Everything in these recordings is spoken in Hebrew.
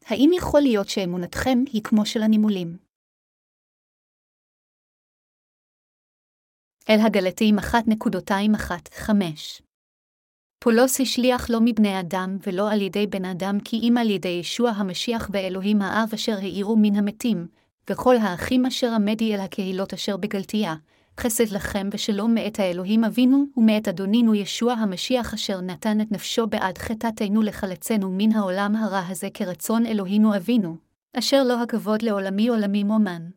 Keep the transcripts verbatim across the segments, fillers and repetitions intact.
האם יכול להיות שאמונתכם היא כמו של הנימולים? אל הגלתיים אחת אחת חמש פולס השליח לא מבני אדם ולא על ידי בן אדם כי אם על ידי ישוע המשיח ואלוהים האב אשר העירו מן המתים, וכל האחים אשר עמדי אל הקהילות אשר בגלתיה, חסד לכם ושלום מאת האלוהים אבינו ומאת אדונינו ישוע המשיח אשר נתן את נפשו בעד חטאתנו לחלצנו מן העולם הרע הזה כרצון אלוהינו אבינו, אשר לו הכבוד לעולמי עולמים אמן.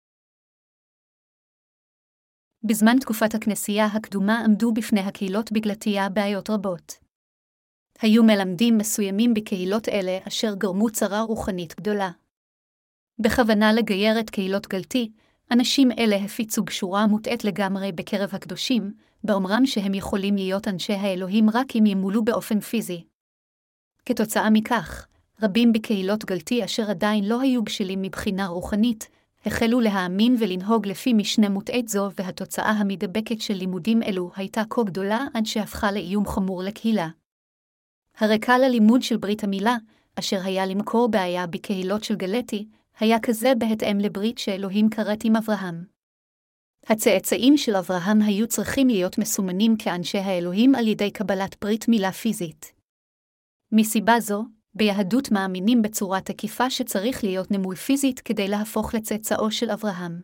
בזמן תקופת הכנסייה הקדומה עמדו בפני הקהילות בגלתיה בעיות רבות. היו מלמדים מסוימים בקהילות אלה אשר גרמו צרה רוחנית גדולה. בכוונה לגייר את קהילות גלתי, אנשים אלה הפיצו בשורה מוטעת לגמרי בקרב הקדושים, באומרם שהם יכולים להיות אנשי האלוהים רק אם ימולאו באופן פיזי. כתוצאה מכך, רבים בקהילות גלתי אשר עדיין לא היו בשלים מבחינה רוחנית, החלו להאמין ולנהוג לפי משנה מוטעת זו, והתוצאה המדבקת של לימודים אלו הייתה כה גדולה עד שהפכה לאיום חמור לקהילה. הרקע ללימוד של ברית המילה, אשר היה למקור בעיה בקהילות של גלתי, היה כזה בהתאם לברית שאלוהים כרת עם אברהם. הצאצאים של אברהם היו צריכים להיות מסומנים כאנשי האלוהים על ידי קבלת ברית מילה פיזית. מסיבה זו, ביהדות מאמינים בצורה תקיפה שצריך להיות נמול פיזית כדי להפוך לצאצאו של אברהם.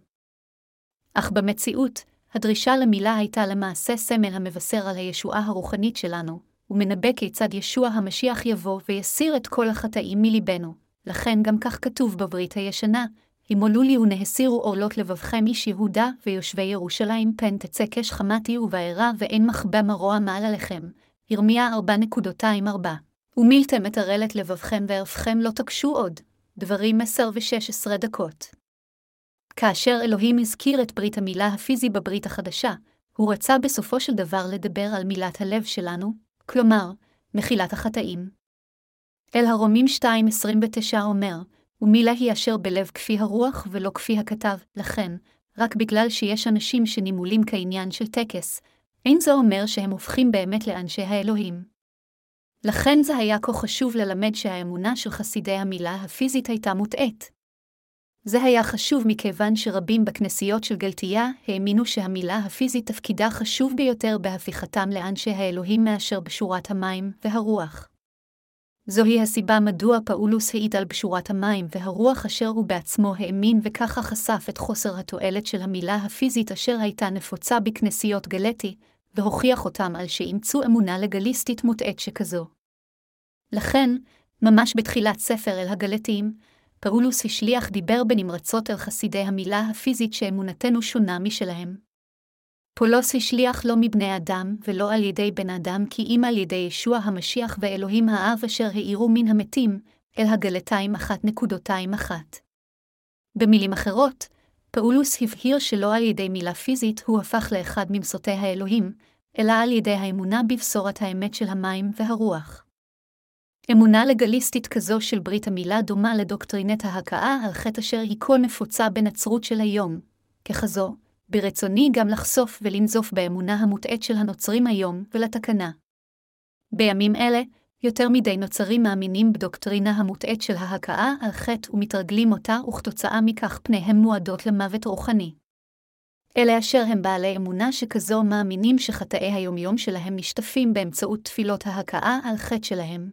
אך במציאות, הדרישה למילה הייתה למעשה סמל המבשר על הישועה הרוחנית שלנו, ומנבא כיצד ישוע המשיח יבוא ויסיר את כל החטאים מליבנו. לכן גם כך כתוב בברית הישנה, הימולאו לי ונהסירו עורלות לבבכם איש יהודה ויושבי ירושלים פן תצא קש חמתי ובעירה ואין מחבא מרוע מעל עליכם. ירמיה ארבע ארבע ומילתם את ערלת לבבכם וערפכם לא תקשו עוד. דברים עשר ושש עשרה דקות. כאשר אלוהים הזכיר את ברית המילה הפיזי בברית החדשה, הוא רצה בסופו של דבר לדבר על מילת הלב שלנו, כלומר, מחילת החטאים. אל הרומים שתיים עשרים ותשע אומר, ומילה היא אשר בלב כפי הרוח ולא כפי הכתב, לכן, רק בגלל שיש אנשים שנימולים כעניין של טקס, אין זה אומר שהם הופכים באמת לאנשי האלוהים. לכן זה היה כה חשוב ללמד שהאמונה של חסידי המילה הפיזית הייתה מוטעית. זה היה חשוב מכיוון שרבים בכנסיות של גלתיה האמינו שהמילה הפיזית תפקידה חשוב ביותר בהפיכתם לאנשי האלוהים מאשר בשורת המים והרוח. זוהי הסיבה מדוע פאולוס העיד על בשורת המים והרוח אשר הוא בעצמו האמין וככה חשף את חוסר התועלת של המילה הפיזית אשר הייתה נפוצה בכנסיות גלתי, והוכיח אותם על שאימצו אמונה לגליסטית מוטעית שכזו. לכן, ממש בתחילת ספר אל הגלתיים, פאולוס השליח דיבר בנמרצות אל חסידי המילה הפיזית שאמונתנו שונה משלהם. פולס השליח לא מבני אדם ולא על ידי בן אדם כי אם על ידי ישוע המשיח ואלוהים האב אשר העירו מן המתים, אל הגלתיים אחת אחת. במילים אחרות, פאולוס הבהיר שלא על ידי מילה פיזית הוא הפך לאחד ממסותי האלוהים, אלא על ידי האמונה בבשורת האמת של המים והרוח. אמונה לגליסטית כזו של ברית המילה דומה לדוקטרינת ההכאה על חטא אשר היא כה נפוצה בנצרות של היום. ככזו, ברצוני גם לחשוף ולנזוף באמונה המוטעית של הנוצרים היום ולתקנה. בימים אלה, יותר מדי נוצרים מאמינים בדוקטרינה המוטעית של ההכאה על חטא ומתרגלים אותה וכתוצאה מכך פניהם מועדות למוות רוחני. אלה אשר הם בעלי אמונה שכזו מאמינים שחטאי היומיום שלהם משתפים באמצעות תפילות ההכאה על חטא שלהם.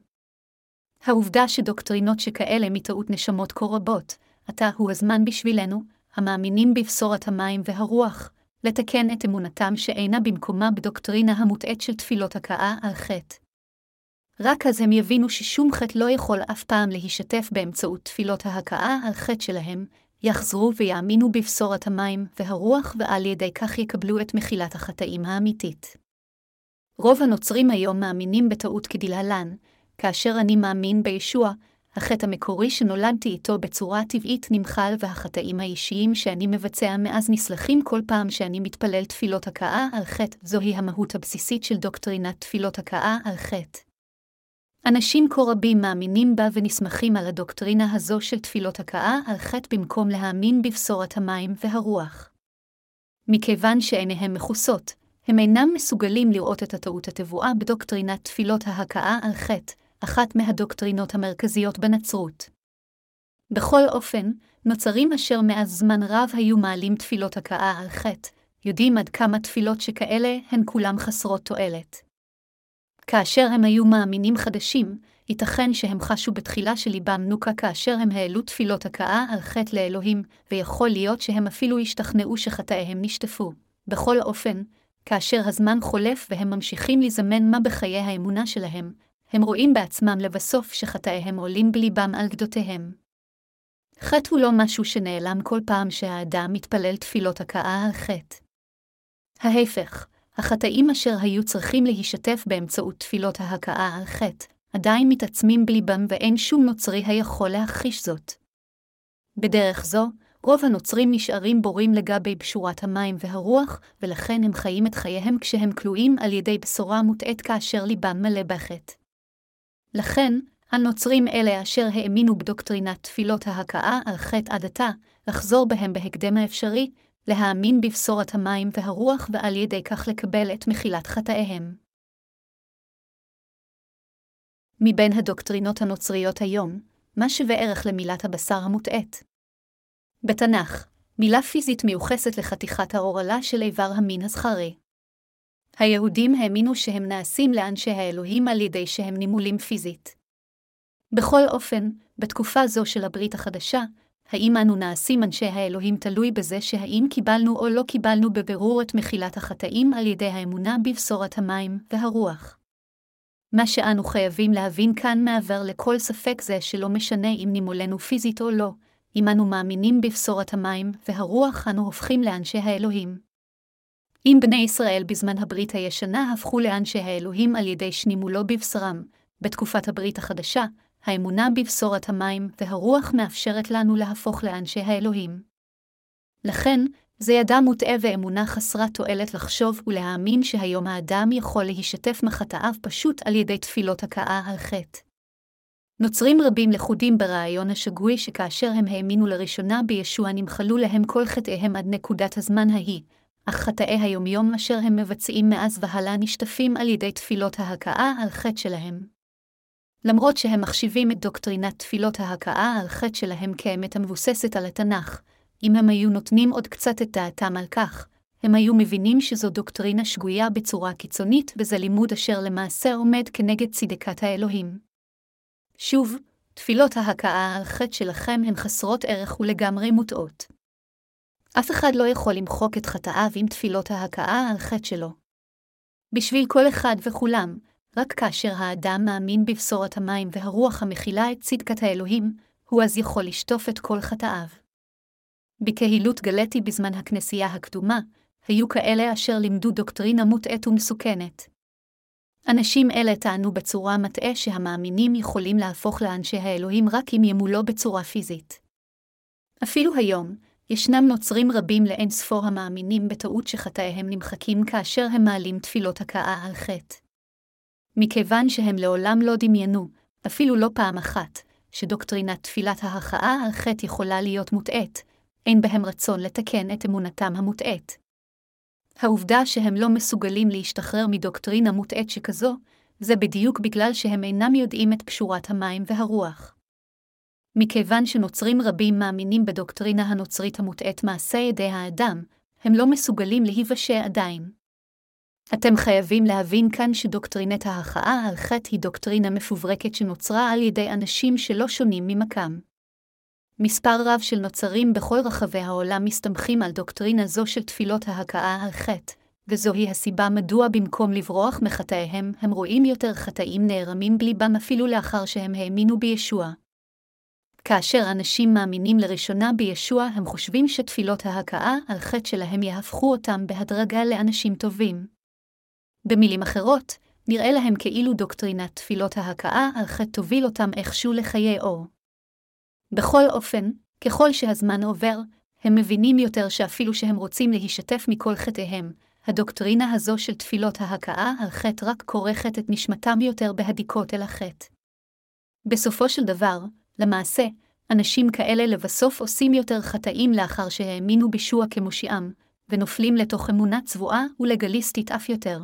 העובדה שדוקטרינות שכאלה מטעות נשמות כה רבות, עתה הוא הזמן בשבילנו, המאמינים בבשורת המים והרוח, לתקן את אמונתם שאינה במקומה בדוקטרינה המוטעית של תפילות הכאה על חטא. רק אז הם יבינו ששום חטא לא יכול אף פעם להישתף באמצעות תפילות ההכאה על חטא שלהם, יחזרו ויאמינו בבשורת המים והרוח ועל ידי כך יקבלו את מחילת החטאים האמיתית. רוב הנוצרים היום מאמינים בטעות כדלהלן, כאשר אני מאמין בישוע, החטא המקורי שנולדתי איתו בצורה טבעית נמחל והחטאים האישיים שאני מבצע מאז נסלחים כל פעם שאני מתפלל תפילות הכאה על חטא, זוהי המהות הבסיסית של דוקטרינת תפילות הכאה על חטא. אנשים כה רבים מאמינים בה ונסמכים על הדוקטרינה הזו של תפילות הכאה על חטא במקום להאמין בבשורת המים והרוח. מכיוון שעיניהם מכוסות, הם אינם מסוגלים לראות את הטעות הטבועה בדוקטרינת תפילות ההכאה על חטא, אחת מהדוקטרינות המרכזיות בנצרות. בכל אופן, נוצרים אשר מאז זמן רב היו מעלים תפילות הכאה על חטא, יודעים עד כמה תפילות שכאלה הן כולם חסרות תועלת. כאשר הם היו מאמינים חדשים, ייתכן שהם חשו בתחילה של ליבם נוקה כאשר הם העלו תפילות הכאה על חטא לאלוהים, ויכול להיות שהם אפילו השתכנעו שחטאיהם נשטפו. בכל אופן, כאשר הזמן חולף והם ממשיכים לזמן מה בחיי האמונה שלהם, הם רואים בעצמם לבסוף שחטאיהם עולים בליבם על גדותיהם. חטא הוא לא משהו שנעלם כל פעם שהאדם מתפלל תפילות הכאה על חטא. ההפך, החטאים אשר היו צריכים להישטף באמצעות תפילות ההכאה על חטא, עדיין מתעצמים בליבם ואין שום נוצרי היכול להכחיש זאת. בדרך זו, רוב הנוצרים נשארים בורים לגבי בשורת המים והרוח, ולכן הם חיים את חייהם כשהם כלואים על ידי בשורה מוטעת כאשר ליבם מלא בחטא. לכן, הנוצרים אלה אשר האמינו בדוקטרינת תפילות ההכאה על חטא עד עתה, לחזור בהם בהקדם האפשרי, להאמין בבשורת המים והרוח ועל ידי כך לקבל את מחילת חטאיהם. מבין הדוקטרינות הנוצריות היום, מה שווה ערך למילת הבשר המוטעת? בתנ"ך, מילה פיזית מיוחסת לחתיכת העורלה של איבר המין הזכרי. היהודים האמינו שהם נעשים לאנשי האלוהים על ידי שהם נימולים פיזית. בכל אופן, בתקופה זו של הברית החדשה, האם אנו נעשים אנשי האלוהים תלוי בזה שהאם קיבלנו או לא קיבלנו בבירור את מחילת החטאים על ידי האמונה בבשורת המים והרוח. מה שאנו חייבים להבין כאן מעבר לכל ספק זה שלא משנה אם נימולנו פיזית או לא, אם אנו מאמינים בבשורת המים והרוח אנו הופכים לאנשי האלוהים. אם בני ישראל בזמן הברית הישנה הפכו לאנשי האלוהים על ידי שנימולו בבשרם, בתקופת הברית החדשה, האמונה בבשורת המים והרוח מאפשרת לנו להפוך לאנשי האלוהים. לכן, זה ידע מוטעה ואמונה חסרת תועלת לחשוב ולהאמין שהיום האדם יכול להשתף מחטאיו פשוט על ידי תפילות הכאה על חטא. נוצרים רבים לכודים ברעיון השגוי שכאשר הם האמינו לראשונה בישוע נמחלו להם כל חטאיהם עד נקודת הזמן ההיא, אך חטאי היומיום אשר הם מבצעים מאז והלאה נשטפים על ידי תפילות ההכאה על חטא שלהם. למרות שהם מחשיבים את דוקטרינת תפילות ההכאה על חטא שלהם כאמת המבוססת על התנ"ך, אם הם היו נותנים עוד קצת את דעתם על כך, הם היו מבינים שזו דוקטרינה שגויה בצורה קיצונית וזה לימוד אשר למעשה עומד כנגד צדקת האלוהים. שוב, תפילות ההכאה על חטא שלכם הן חסרות ערך ולגמרי מוטעות. אף אחד לא יכול למחוק את חטאיו עם תפילות ההכאה על חטא שלו. בשביל כל אחד וכולם, רק כאשר האדם מאמין בבשורת המים והרוח המכילה את צדקת האלוהים, הוא אז יכול לשטוף את כל חטאיו. בקהילות גלתי בזמן הכנסייה הקדומה, היו כאלה אשר לימדו דוקטרינה מוטעת ומסוכנת. אנשים אלה טענו בצורה מטעה שהמאמינים יכולים להפוך לאנשי האלוהים רק אם ימולו בצורה פיזית. אפילו היום, ישנם נוצרים רבים לאין ספור המאמינים בטעות שחטאיהם נמחקים כאשר הם מעלים תפילות הכאה על חטא. מכיוון שהם לעולם לא דמיינו, אפילו לא פעם אחת, שדוקטרינת תפילת ההכאה על חטא יכולה להיות מוטעת, אין בהם רצון לתקן את אמונתם המוטעת. העובדה שהם לא מסוגלים להשתחרר מדוקטרינה מוטעת שכזו, זה בדיוק בגלל שהם אינם יודעים את פשורת המים והרוח. מכיוון שנוצרים רבים מאמינים בדוקטרינה הנוצרית המוטעת מעשה ידי האדם, הם לא מסוגלים להיוושע עדיין. אתם חייבים להבין כאן שדוקטרינת ההכאה על חטא היא דוקטרינה מפוברקת שנוצרה על ידי אנשים שלא שונים ממקם. מספר רב של נוצרים בכל רחבי העולם מסתמכים על דוקטרינה זו של תפילות ההכאה על חטא, וזוהי הסיבה מדוע במקום לברוח מחטאיהם, הם רואים יותר חטאים נערמים בליבם אפילו לאחר שהם האמינו בישוע. כאשר אנשים מאמינים לראשונה בישוע, הם חושבים שתפילות ההכאה על חטא שלהם יהפכו אותם בהדרגה לאנשים טובים. במילים אחרות, נראה להם כאילו דוקטרינת תפילות ההכאה על חטא תוביל אותם איכשהו לחיי אור. בכל אופן, ככל שהזמן עובר, הם מבינים יותר שאפילו שהם רוצים להישטף מכל חטאיהם, הדוקטרינה הזו של תפילות ההכאה על חטא רק כורכת את נשמתם יותר בהדיקות אל החטא. בסופו של דבר, למעשה, אנשים כאלה לבסוף עושים יותר חטאים לאחר שהאמינו בישוע כמושיעם, ונופלים לתוך אמונה צבועה ולגליסטית אף יותר.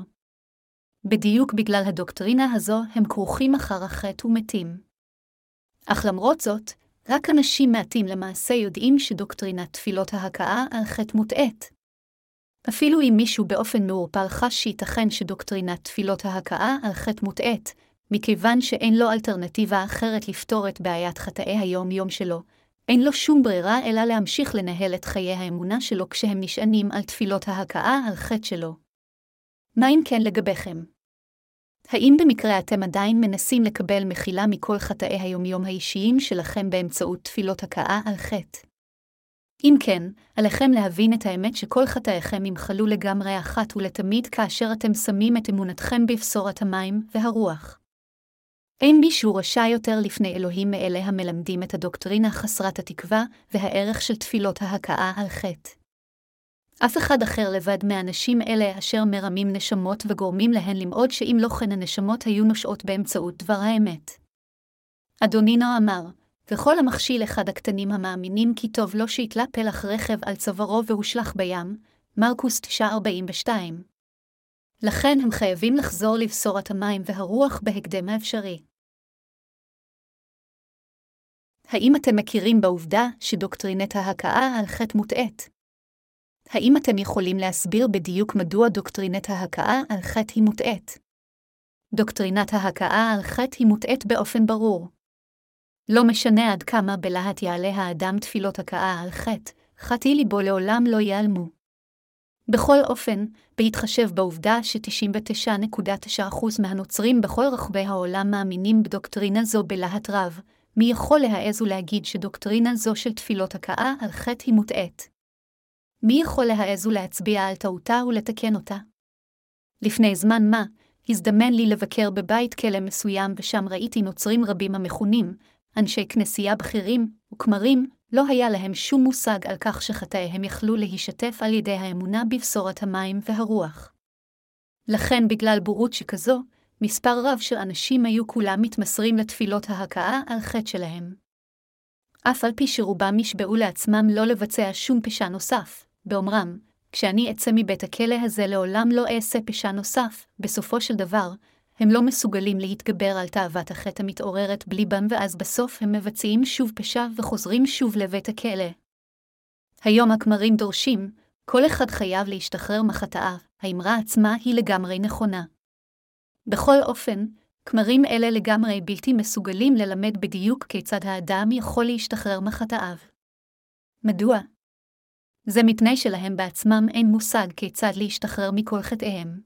בדיוק בגלל הדוקטרינה הזו הם כרוכים אחר החטא ומתים. אך למרות זאת, רק אנשים מעטים למעשה יודעים שדוקטרינת תפילות ההכאה על חטא מוטעית. אפילו אם מישהו באופן מעורפל חש שייתכן שדוקטרינת תפילות ההכאה על חטא מוטעית, מכיוון שאין לו אלטרנטיבה אחרת לפתור את בעיית חטאי היום-יום שלו, אין לו שום ברירה אלא להמשיך לנהל את חיי האמונה שלו כשהם נשענים על תפילות ההכאה על חטא שלו. מה אם כן לגביכם? האם במקרה אתם עדיין מנסים לקבל מחילה מכל חטאי היום-יום האישיים שלכם באמצעות תפילות הכאה על חטא? אם כן, עליכם להבין את האמת שכל חטאיכם ימחלו לגמרי אחת ולתמיד כאשר אתם שמים את אמונתכם בבשורת המים והרוח. אין מישהו רשע יותר לפני אלוהים מאלה המלמדים את הדוקטרינה חסרת התקווה והערך של תפילות ההכאה על חטא. אף אחד אחר לבד מהאנשים אלה אשר מרמים נשמות וגורמים להן למעוד שאם לא כן הנשמות היו נושעות באמצעות דבר האמת. אדונינו אמר, וכל המכשיל אחד הקטנים המאמינים כי טוב לו שיתלה פלח רכב על צווארו והושלך בים, מרקוס תשע ארבעים ושתיים. לכן הם חייבים לחזור לבשורת המים והרוח בהקדם האפשרי. האם אתם מכירים בעובדה שדוקטרינת ההכאה על חטא מוטעית? האם אתם יכולים להסביר בדיוק מדוע דוקטרינת ההכאה על חטא היא מוטעית? דוקטרינת ההכאה על חטא היא מוטעית באופן ברור. לא משנה עד כמה בלהט יעלה האדם תפילות הכאה על חטא, חטאי ליבו לעולם לא ייעלמו. בכל אופן, בהתחשב בעובדה ש-תשעים ותשע נקודה תשע אחוז מהנוצרים בכל רחבי העולם מאמינים בדוקטרינה זו בלהט רב, מי יכול להעז ולהגיד שדוקטרינה זו של תפילות הכאה על חטא היא מוטעית? מי יכול להעז ולהצביע על טעותה ולתקן אותה? לפני זמן מה, הזדמן לי לבקר בבית כלא מסוים ושם ראיתי נוצרים רבים המכונים, אנשי כנסייה בכירים וכמרים, לא היה להם שום מושג על כך שחטאיהם יכלו להישתף על ידי האמונה בבשורת המים והרוח. לכן בגלל בורות שכזו, מספר רב של אנשים היו כולם מתמסרים לתפילות ההכאה על חטא שלהם. אף על פי שרובם ישבעו לעצמם לא לבצע שום פשע נוסף, באומרם, כשאני אצא מבית הכלא הזה לעולם לא אעשה פשע נוסף, בסופו של דבר, הם לא מסוגלים להתגבר על תאוות החטא המתעוררת בליבם ואז בסוף הם מבצעים שוב פשע וחוזרים שוב לבית הכלא. היום הכמרים דורשים, כל אחד חייב להשתחרר מחטאיו, האמרה עצמה היא לגמרי נכונה. בכל אופן, כמרים אלה לגמרי בלתי מסוגלים ללמד בדיוק כיצד האדם יכול להשתחרר מחטאיו. מדוע? זה מפני שלהם בעצמם אין מושג כיצד להשתחרר מכל חטאיהם.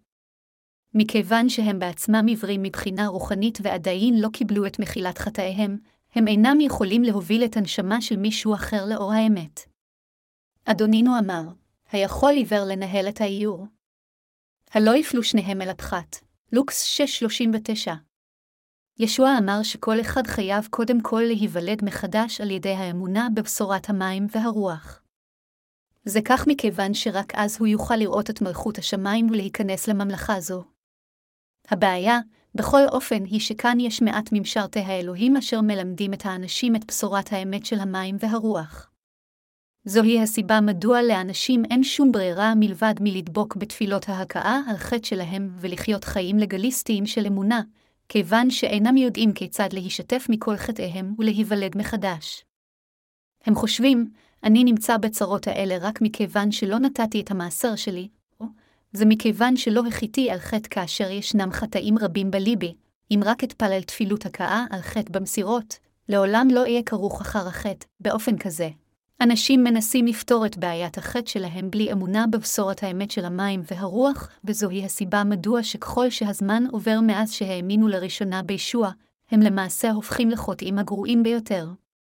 מכיוון שהם בעצמם עיוורים מבחינה רוחנית ועדיין לא קיבלו את מחילת חטאיהם, הם אינם יכולים להוביל את הנשמה של מישהו אחר לאור האמת. אדונינו אמר, היכול עיוור לנהל את האיור. הלא יפלו שניהם אל הפחת. לוקס שש שלושים ותשע. ישוע אמר שכל אחד חייב קודם כל להיוולד מחדש על ידי האמונה בבשורת המים והרוח. זה כך מכיוון שרק אז הוא יוכל לראות את מלכות השמיים ולהיכנס לממלכה זו. הבעיה, בכל אופן, היא שכאן יש מעט ממשרתי האלוהים אשר מלמדים את האנשים את בשורת האמת של המים והרוח. זוהי הסיבה מדוע לאנשים אין שום ברירה מלבד מלדבוק בתפילות ההכאה על חטא שלהם ולחיות חיים לגליסטיים של אמונה, כיוון שאינם יודעים כיצד להישתף מכל חטאיהם ולהיוולד מחדש. הם חושבים, אני נמצא בצרות האלה רק מכיוון שלא נתתי את המעשר שלי, או זה מכיוון שלא החיתי על חטא כאשר ישנם חטאים רבים בליבי, אם רק אתפלל תפילות הכאה על חטא במסירות, לעולם לא אהיה כרוך אחר החטא, באופן כזה. אנשים מנסים לפתור את בעיית החטא שלהם בלי אמונה בבשורת האמת של המים והרוח, וזוהי הסיבה מדוע שככל שהזמן עובר מאז שהאמינו לראשונה בישוע, הם למעשה הופכים לחוטאים הגרועים ביותר.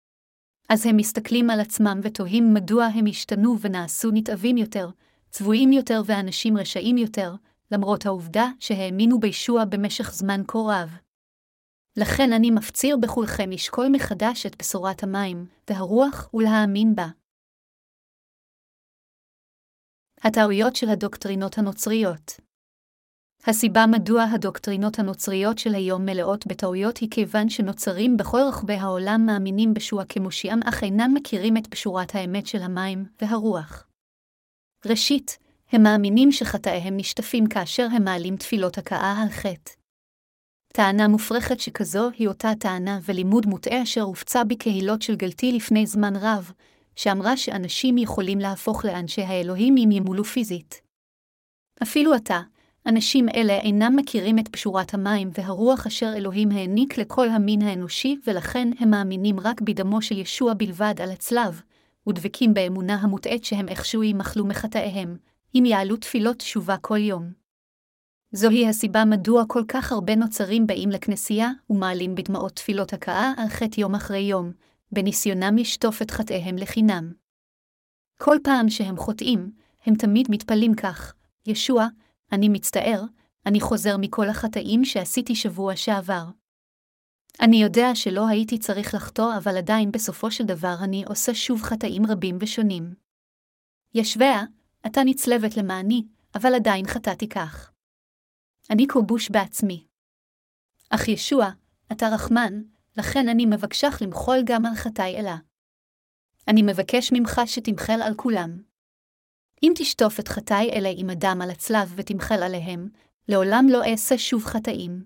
אז הם מסתכלים על עצמם ותוהים מדוע הם השתנו ונעשו נתעבים יותר, צבועים יותר ואנשים רשעים יותר, למרות העובדה שהאמינו בישוע במשך זמן כה רב. לכן אני מפציר בכולכם לשקול מחדש את בשורת המים והרוח ולהאמין בה. הטעויות של הדוקטרינות הנוצריות. הסיבה מדוע הדוקטרינות הנוצריות של היום מלאות בטעויות היא כיוון שנוצרים בכל רחבי העולם מאמינים בישוע כמושיעם אך אינם מכירים את בשורת האמת של המים והרוח. ראשית, הם מאמינים שחטאיהם נשטפים כאשר הם מעלים תפילות הכאה על חטא. טענה מופרכת שכזו היא אותה טענה ולימוד מוטעה אשר הופצה בקהילות של גלתי לפני זמן רב, שאמרה שאנשים יכולים להפוך לאנשי האלוהים אם ימולאו פיזית. אפילו עתה, אנשים אלה אינם מכירים את פשורת המים והרוח אשר אלוהים העניק לכל המין האנושי, ולכן הם מאמינים רק בדמו של ישוע בלבד על הצלב, ודבקים באמונה המוטעית שהם איכשהו ימחלו מחטאיהם, אם יעלו תפילות תשובה כל יום. זוהי הסיבה מדוע כל כך הרבה נוצרים באים לכנסייה ומעלים בדמעות תפילות הכאה על חטא יום אחרי יום, בניסיונם לשטוף את חטאיהם לחינם. כל פעם שהם חוטאים, הם תמיד מתפללים כך: ישוע, אני מצטער, אני חוזר מכל החטאים שעשיתי שבוע שעבר. אני יודע שלא הייתי צריך לחטוא, אבל עדיין בסופו של דבר אני עושה שוב חטאים רבים ושונים. ישוע, אתה נצלבת למעני, אבל עדיין חטאתי כך. אני כובוש בעצמי. אך ישוע, אתה רחמן, לכן אני מבקשך למחול גם על חטאי אלה. אני מבקש ממך שתמחל על כולם. אם תשטוף את חטאי אלה עם הדם על הצלב ותמחל עליהם, לעולם לא אעשה שוב חטאים.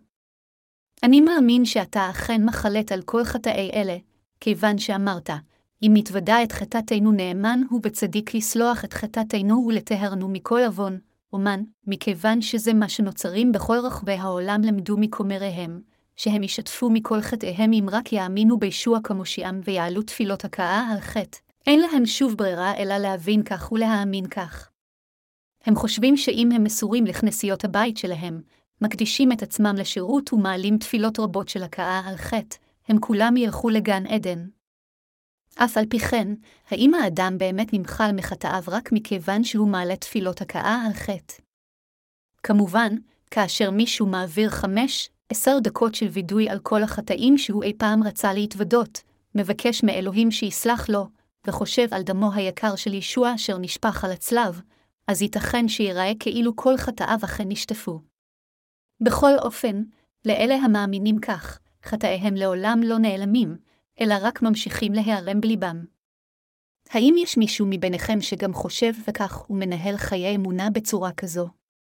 אני מאמין שאתה אכן מחלת על כל חטאי אלה, כיוון שאמרת, אם נתוודע את חטאתנו נאמן הוא בצדיק לסלוח את חטאתנו ולטהרנו מכל עוון, אומן, מכיוון שזה מה שנוצרים בכל רחבי העולם למדו מכומריהם, שהם ישתפו מכל חטאיהם אם רק יאמינו בישוע כמושיעם ויעלו תפילות הכאה על חטא. אין להם שוב ברירה אלא להבין כך ולהאמין כך. הם חושבים שאם הם מסורים לכנסיות הבית שלהם, מקדישים את עצמם לשירות ומעלים תפילות רבות של הכאה על חטא, הם כולם ילכו לגן עדן. אף על פי כן, האם האדם באמת נמחל מחטאיו רק מכיוון שהוא מעלה תפילות הכאה על חטא? כמובן, כאשר מישהו מעביר חמש, עשר דקות של וידוי על כל החטאים שהוא אי פעם רצה להתוודות, מבקש מאלוהים שיסלח לו, וחושב על דמו היקר של ישוע אשר נשפך על הצלב, אז ייתכן שיראה כאילו כל חטאיו אכן נשטפו. בכל אופן, לאלה המאמינים כך, חטאיהם לעולם לא נעלמים, אלא רק ממשיכים להיערם בליבם. האם יש מישהו מביניכם שגם חושב וכך ומנהל חיי אמונה בצורה כזו?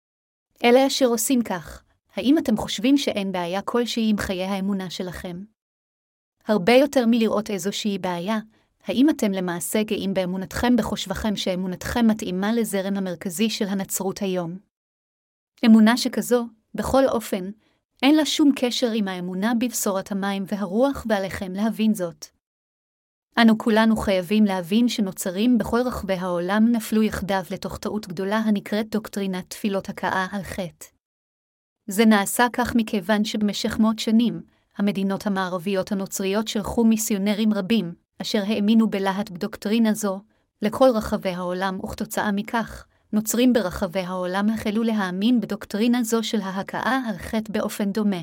אלה אשר עושים כך, האם אתם חושבים שאין בעיה כלשהי עם חיי האמונה שלכם? הרבה יותר מלראות איזושהי בעיה, האם אתם למעשה גאים באמונתכם בחושבכם שאמונתכם מתאימה לזרם המרכזי של הנצרות היום? אמונה שכזו, בכל אופן, אין לה שום קשר עם האמונה בבשורת המים והרוח, ועליכם להבין זאת. אנו כולנו חייבים להבין שנוצרים בכל רחבי העולם נפלו יחדיו לתוך טעות גדולה הנקראת דוקטרינת תפילות הכאה על חטא. זה נעשה כך מכיוון שבמשך מאות שנים, המדינות המערביות הנוצריות שלחו מיסיונרים רבים, אשר האמינו בלהט בדוקטרינה זו, לכל רחבי העולם, וכתוצאה מכך, נוצרים ברחבי העולם החלו להאמין בדוקטרינה זו של ההכאה על חטא באופן דומה.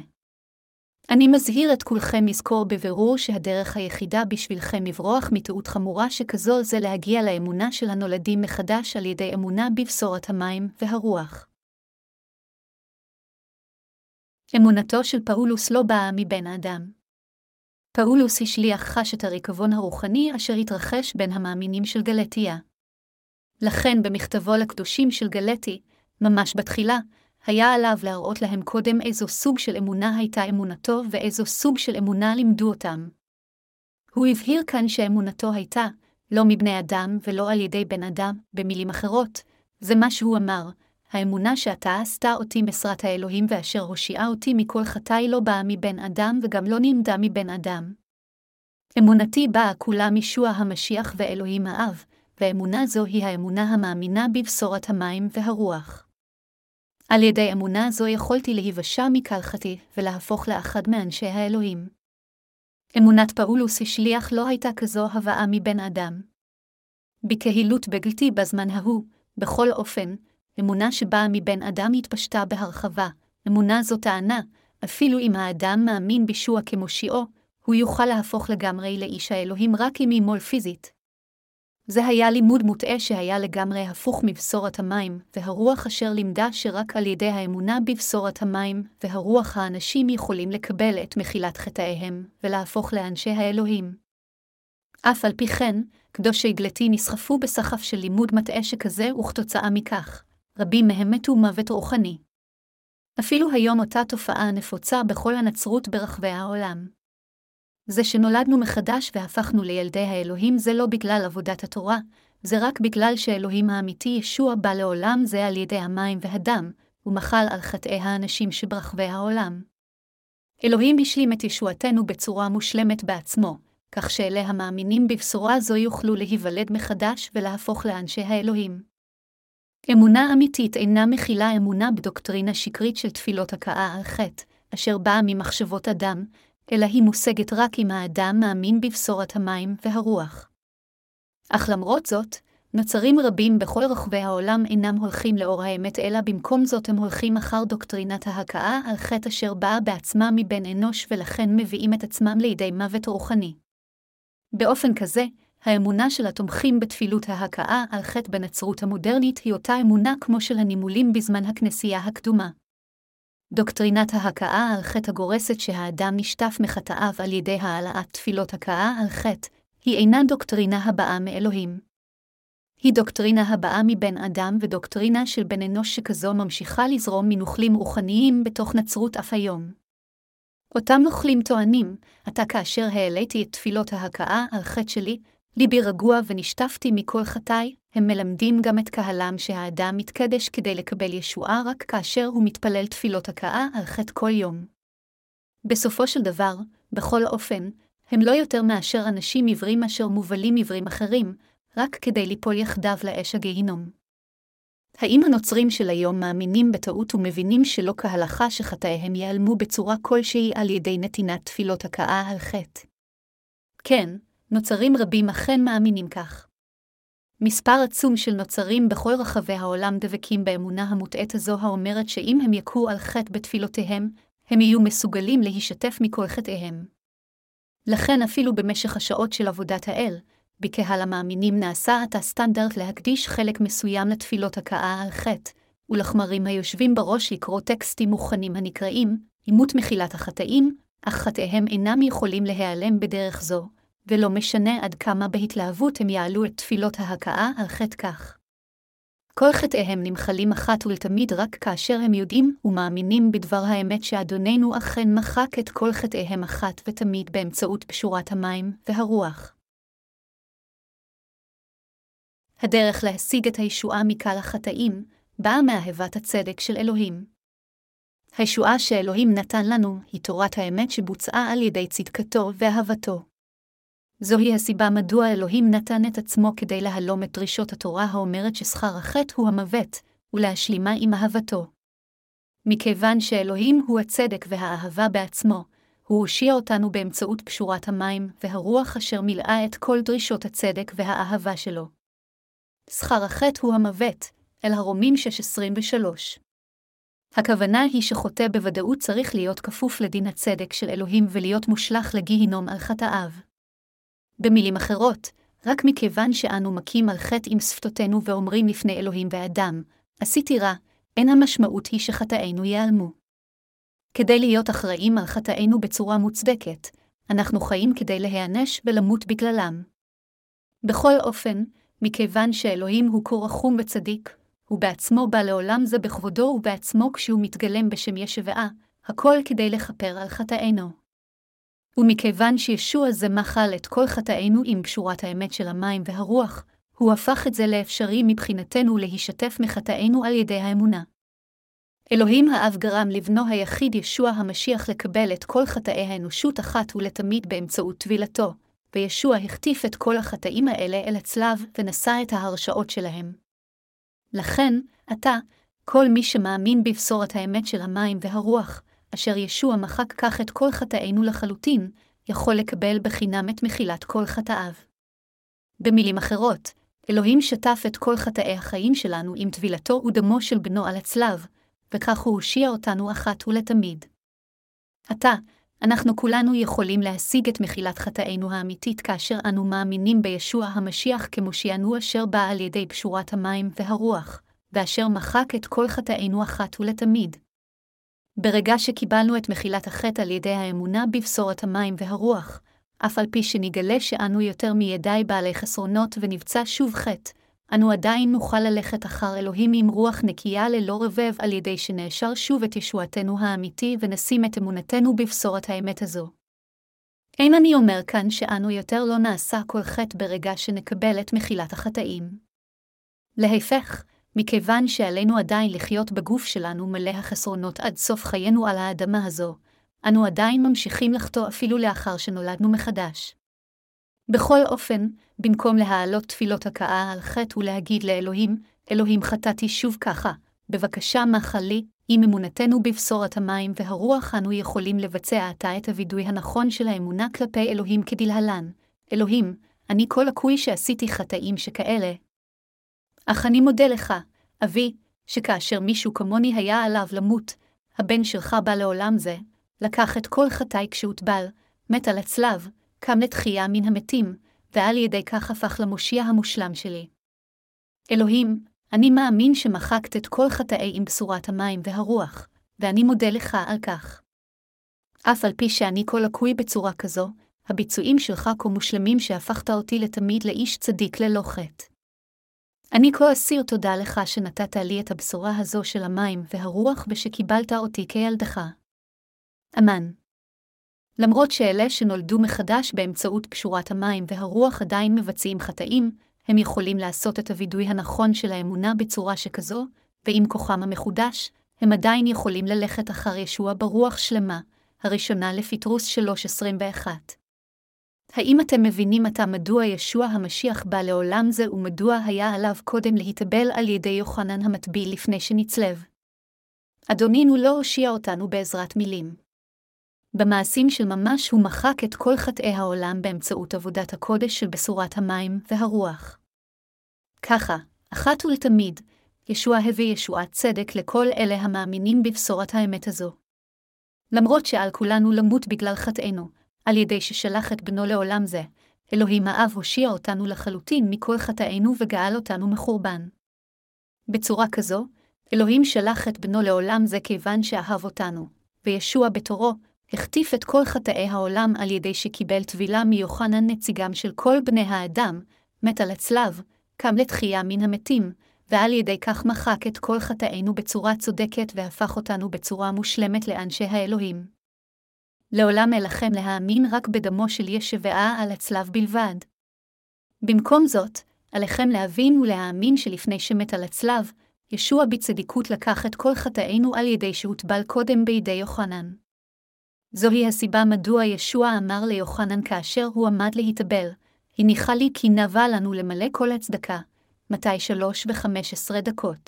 אני מזהיר את כולכם לזכור בבירור שהדרך היחידה בשבילכם לברוח מטעות חמורה שכזו זה להגיע לאמונה של הנולדים מחדש על ידי אמונה בבשורת המים והרוח. אמונתו של פאולוס לא באה מבן האדם. פאולוס השליח חש את הריקבון הרוחני אשר התרחש בין המאמינים של גלתיה. לכן במכתבו לקדושים של גלתי, ממש בתחילה, היה עליו להראות להם קודם איזו סוג של אמונה הייתה אמונתו ואיזו סוג של אמונה לימדו אותם. הוא הבהיר כאן שאמונתו הייתה, לא מבני אדם ולא על ידי בן אדם, במילים אחרות, זה מה שהוא אמר, האמונה שאתה עשתה אותי משרת האלוהים ואשר הושיעה אותי מכל חטאי לא באה מבן אדם וגם לא נלמדה מבן אדם. אמונתי באה כולה מישוע המשיח ואלוהים האב, ואמונה זו היא האמונה המאמינה בבשורת המים והרוח. על ידי אמונה זו יכולתי להיוושע מקלחתי ולהפוך לאחד מאנשי האלוהים. אמונת פאולוס השליח לא הייתה כזו הבאה מבן אדם. בקהילות בגלתי בזמן ההוא, בכל אופן, אמונה שבאה מבן אדם התפשטה בהרחבה. אמונה זו טענה, אפילו אם האדם מאמין בישוע כמושיעו, הוא יוכל להפוך לגמרי לאיש האלוהים רק אם ימול פיזית. זה היה לימוד מוטעה שהיה לגמרי הפוך מבשורת המים והרוח אשר לימדה שרק על ידי האמונה בבשורת המים והרוח האנשים יכולים לקבל את מחילת חטאיהם ולהפוך לאנשי האלוהים. אף על פי כן, קדושי גלתי נסחפו בסחף של לימוד מטעה שכזה וכתוצאה מכך, רבים מהם מתו מוות רוחני. אפילו היום אותה תופעה נפוצה בכל הנצרות ברחבי העולם. זה שנולדנו מחדש והפכנו לילדי האלוהים זה לא בגלל עבודת התורה, זה רק בגלל שאלוהים האמיתי ישוע בא לעולם זה על ידי המים והדם, ומחל על חטאי האנשים שברחבי העולם. אלוהים השלים את ישועתנו בצורה מושלמת בעצמו, כך שאלה המאמינים בבשורה זו יוכלו להיוולד מחדש ולהפוך לאנשי האלוהים. אמונה אמיתית אינה מכילה אמונה בדוקטרינה שקרית של תפילות הכאה על חטא, אשר באה ממחשבות אדם, אלא היא מושגת רק אם האדם מאמין בבשורת המים והרוח. אך למרות זאת, נוצרים רבים בכל רחבי העולם אינם הולכים לאור האמת, אלא במקום זאת הם הולכים אחר דוקטרינת ההכאה על חטא אשר באה בעצמה מבן אנוש ולכן מביאים את עצמם לידי מוות רוחני. באופן כזה, האמונה של התומכים בתפילות ההכאה על חטא בנצרות המודרנית היא אותה אמונה כמו של הנימולים בזמן הכנסייה הקדומה. דוקטרינת ההכאה על חטא הגורסת שהאדם נשטף מחטאיו על ידי העלאת תפילות הכאה על חטא, היא אינה דוקטרינה הבאה מאלוהים. היא דוקטרינה הבאה מבן אדם ודוקטרינה של בן אנוש שכזו ממשיכה לזרום מנוכלים רוחניים בתוך נצרות אף היום. אותם נוכלים טוענים, עתה כאשר העליתי את תפילות ההכאה על חטא שלי, ליבי רגוע ונשטפתי מכל חטאי, הם מלמדים גם את קהלם שהאדם מתקדש כדי לקבל ישועה רק כאשר הוא מתפלל תפילות הכאה על חטא כל יום. בסופו של דבר, בכל אופן, הם לא יותר מאשר אנשים עיוורים אשר מובלים עיוורים אחרים, רק כדי ליפול יחדיו לאש הגיהינום. האם הנוצרים של היום מאמינים בטעות ומבינים שלא כהלכה שחטאיהם ייעלמו בצורה כלשהי על ידי נתינת תפילות הכאה על חטא? כן, נוצרים רבים אכן מאמינים כך. מספר עצום של נוצרים בכל רחבי העולם דבקים באמונה המוטעית הזו האומרת שאם הם יכו על חטא בתפילותיהם, הם יהיו מסוגלים להישטף מכל חטאיהם. לכן אפילו במשך השעות של עבודת האל, בקהל המאמינים נעשה עתה סטנדרט להקדיש חלק מסוים לתפילות הכאה על חטא, ולחמרים היושבים בראש לקרוא טקסטים מוכנים הנקראים, אימות מחילת החטאים, אך חטאיהם אינם יכולים להיעלם בדרך זו, ולא משנה עד כמה בהתלהבות הם יעלו את תפילות ההכאה על חטא כך. כל חטאיהם נמחלים אחת ולתמיד רק כאשר הם יודעים ומאמינים בדבר האמת שאדוננו אכן מחק את כל חטאיהם אחת ותמיד באמצעות פשורת המים והרוח. הדרך להשיג את הישועה מקל החטאים באה מאהבת הצדק של אלוהים. הישועה שאלוהים נתן לנו היא תורת האמת שבוצעה על ידי צדקתו ואהבתו. זוהי הסיבה מדוע אלוהים נתן את עצמו כדי להלום את דרישות התורה האומרת ששכר החטא הוא המוות, ולהשלימה עם אהבתו. מכיוון שאלוהים הוא הצדק והאהבה בעצמו, הוא הושיע אותנו באמצעות פשורת המים והרוח אשר מילאה את כל דרישות הצדק והאהבה שלו. שכר החטא הוא המוות, אל הרומים שש עשרים ושלוש. הכוונה היא שחוטא בוודאות צריך להיות כפוף לדין הצדק של אלוהים ולהיות מושלך לגיהינום על חטאיו. במילים אחרות, רק מכיוון שאנו מכים על חטא עם שפתותינו ואומרים לפני אלוהים ואדם, עשיתי רע, אין המשמעות היא שחטאינו ייעלמו. כדי להיות אחראים על חטאינו בצורה מוצדקת, אנחנו חיים כדי להיענש ולמות בגללם. בכל אופן, מכיוון שאלוהים הוא כה רחום וצדיק, הוא בעצמו בא לעולם זה בכבודו ובעצמו כשהוא מתגלם בשם ישבעה, הכל כדי לכפר על חטאינו. ומכיוון שישוע זה מחל את כל חטאינו עם פשורת האמת של המים והרוח, הוא הפך את זה לאפשרי מבחינתנו להישטף מחטאינו על ידי האמונה. אלוהים האב גרם לבנו היחיד ישוע המשיח לקבל את כל חטאי האנושות אחת ולתמיד באמצעות טבילתו, וישוע החטיף את כל החטאים האלה אל הצלב ונשא את ההרשעות שלהם. לכן, עתה, כל מי שמאמין בבשורת האמת של המים והרוח, אשר ישוע מחק כך את כל חטאינו לחלוטין, יכול לקבל בחינם את מחילת כל חטאיו. במילים אחרות, אלוהים שטף את כל חטאי החיים שלנו עם טבילתו ודמו של בנו על הצלב, וכך הוא הושיע אותנו אחת ולתמיד. עתה, אנחנו כולנו יכולים להשיג את מחילת חטאינו האמיתית כאשר אנו מאמינים בישוע המשיח כמושיענו אשר בא על ידי פשורת המים והרוח, ואשר מחק את כל חטאינו אחת ולתמיד. ברגע שקיבלנו את מחילת החטא על ידי האמונה בבשורת המים והרוח, אף על פי שנגלה שאנו יותר מידי בעלי חסרונות ונבצע שוב חטא, אנו עדיין נוכל ללכת אחר אלוהים עם רוח נקייה ללא רבב על ידי שנאשר שוב את ישועתנו האמיתי ונשים את אמונתנו בבשורת האמת הזו. אין אני אומר כאן שאנו יותר לא נעשה כל חטא ברגע שנקבל את מחילת החטאים. להפך, מכיוון שעלינו עדיין לחיות בגוף שלנו מלא החסרונות עד סוף חיינו על האדמה הזו, אנו עדיין ממשיכים לחטוא אפילו לאחר שנולדנו מחדש. בכל אופן, במקום להעלות תפילות הכאה על חטא ולהגיד לאלוהים, אלוהים חטאתי שוב ככה, בבקשה מחל לי, עם אמונתנו בבשורת המים והרוח אנו יכולים לבצע עתה את הווידוי הנכון של האמונה כלפי אלוהים כדלהלן. אלוהים, אני כה לקוי שעשיתי חטאים שכאלה. אך אני מודה לך, אבי, שכאשר מישהו כמוני היה עליו למות, הבן שלך בא לעולם זה, לקח את כל חטאי כשהוטבל, מת על הצלב, קם לתחייה מן המתים, ועל ידי כך הפך למושיע המושלם שלי. אלוהים, אני מאמין שמחקת את כל חטאי עם בשורת המים והרוח, ואני מודה לך על כך. אף על פי שאני כה לקוי בצורה כזו, הביצועים שלך כה מושלמים שהפכת אותי לתמיד לאיש צדיק ללא חטא. אני כה אסיר תודה לך שנתת לי את הבשורה הזו של המים והרוח ושקיבלת אותי כילדך. אמן. למרות שאלה שנולדו מחדש באמצעות קשורת המים והרוח עדיין מבצעים חטאים, הם יכולים לעשות את הווידוי הנכון של האמונה בצורה שכזו, ועם כוחם המחודש, הם עדיין יכולים ללכת אחר ישוע ברוח שלמה, הראשונה לפטרוס שלוש עשרים ואחת. האם אתם מבינים עתה מדוע ישוע המשיח בא לעולם זה ומדוע היה עליו קודם להתאבל על ידי יוחנן המטביל לפני שנצלב? אדונינו לא הושיע אותנו בעזרת מילים. במעשים של ממש הוא מחק את כל חטאי העולם באמצעות עבודת הקודש של בשורת המים והרוח. ככה, אחת ולתמיד, ישוע הביא ישועת צדק לכל אלה המאמינים בבשורת האמת הזו. למרות שעל כולנו למות בגלל חטאינו, על ידי ששלח את בנו לעולם זה, אלוהים האב הושיע אותנו לחלוטין מכל חטאינו וגאל אותנו מחורבן. בצורה כזו, אלוהים שלח את בנו לעולם זה כיוון שאהב אותנו, וישוע בתורו, החטיף את כל חטאי העולם על ידי שקיבל טבילה מיוחנן נציגם של כל בני האדם, מת על הצלב, קם לתחייה מן המתים, ועל ידי כך מחק את כל חטאינו בצורה צודקת והפך אותנו בצורה מושלמת לאנשי האלוהים. לעולם אלכם להאמין רק בדמו של ישוע על הצלב בלבד. במקום זאת, עליכם להבין ולהאמין שלפני שמת על הצלב, ישוע בצדיקות לקח את כל חטאינו על ידי שהוטבל קודם בידי יוחנן. זוהי הסיבה מדוע ישוע אמר ליוחנן כאשר הוא עמד להתאבל, הניחה לי כי נבע לנו למלא כל הצדקה, מתי שלוש וחמש עשרה דקות.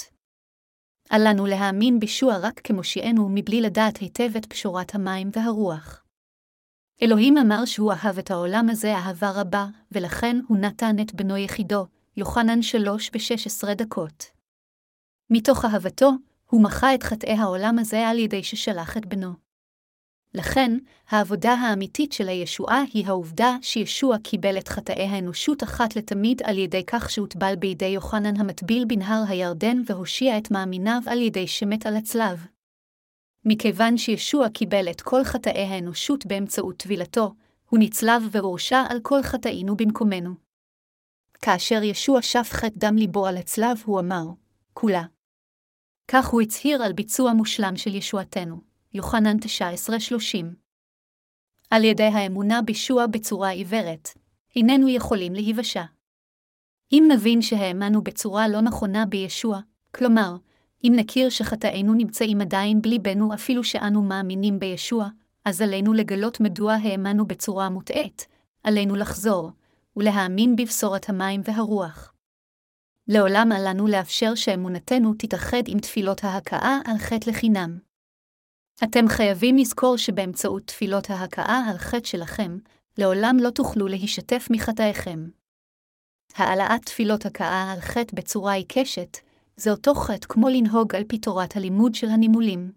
על לנו להאמין בישוע רק כמושיענו מבלי לדעת היטב את פשורת המים והרוח. אלוהים אמר שהוא אהב את העולם הזה אהבה רבה, ולכן הוא נתן את בנו יחידו, יוחנן שלוש ושש עשרה דקות. מתוך אהבתו, הוא מחה את חטאי העולם הזה על ידי ששלח את בנו. לכן, העבודה האמיתית של הישועה היא העובדה שישוע קיבל את חטאי האנושות אחת לתמיד על ידי כך שהוטבל בידי יוחנן המטביל בנהר הירדן והושיע את מאמיניו על ידי שמת על הצלב. מכיוון שישוע קיבל את כל חטאי האנושות באמצעות טבילתו, הוא נצלב והורשע על כל חטאינו במקומנו. כאשר ישוע שפך את דם ליבו על הצלב הוא אמר, כולה. כך הוא הצהיר על ביצוע מושלם של ישועתנו. יוחנן תשע עשרה שלושים. על ידי האמונה בישוע בצורה עיוורת, איננו יכולים להיוושע. אם נבין שהאמנו בצורה לא נכונה בישוע, כלומר, אם נכיר שחטאינו נמצאים עדיין בליבנו אפילו שאנו מאמינים בישוע, אז עלינו לגלות מדוע האמנו בצורה מוטעית, עלינו לחזור, ולהאמין בבשורת המים והרוח. לעולם עלינו לאפשר שאמונתנו תתאחד עם תפילות ההכאה על חטא לחינם. אתם חייבים לזכור שבאמצעות תפילות ההכאה על חטא שלכם, לעולם לא תוכלו להשתף מחטאיכם. העלאת תפילות הכאה על חטא בצורה עיקשת, זה אותו חטא כמו לנהוג על פי תורת הלימוד של הנימולים.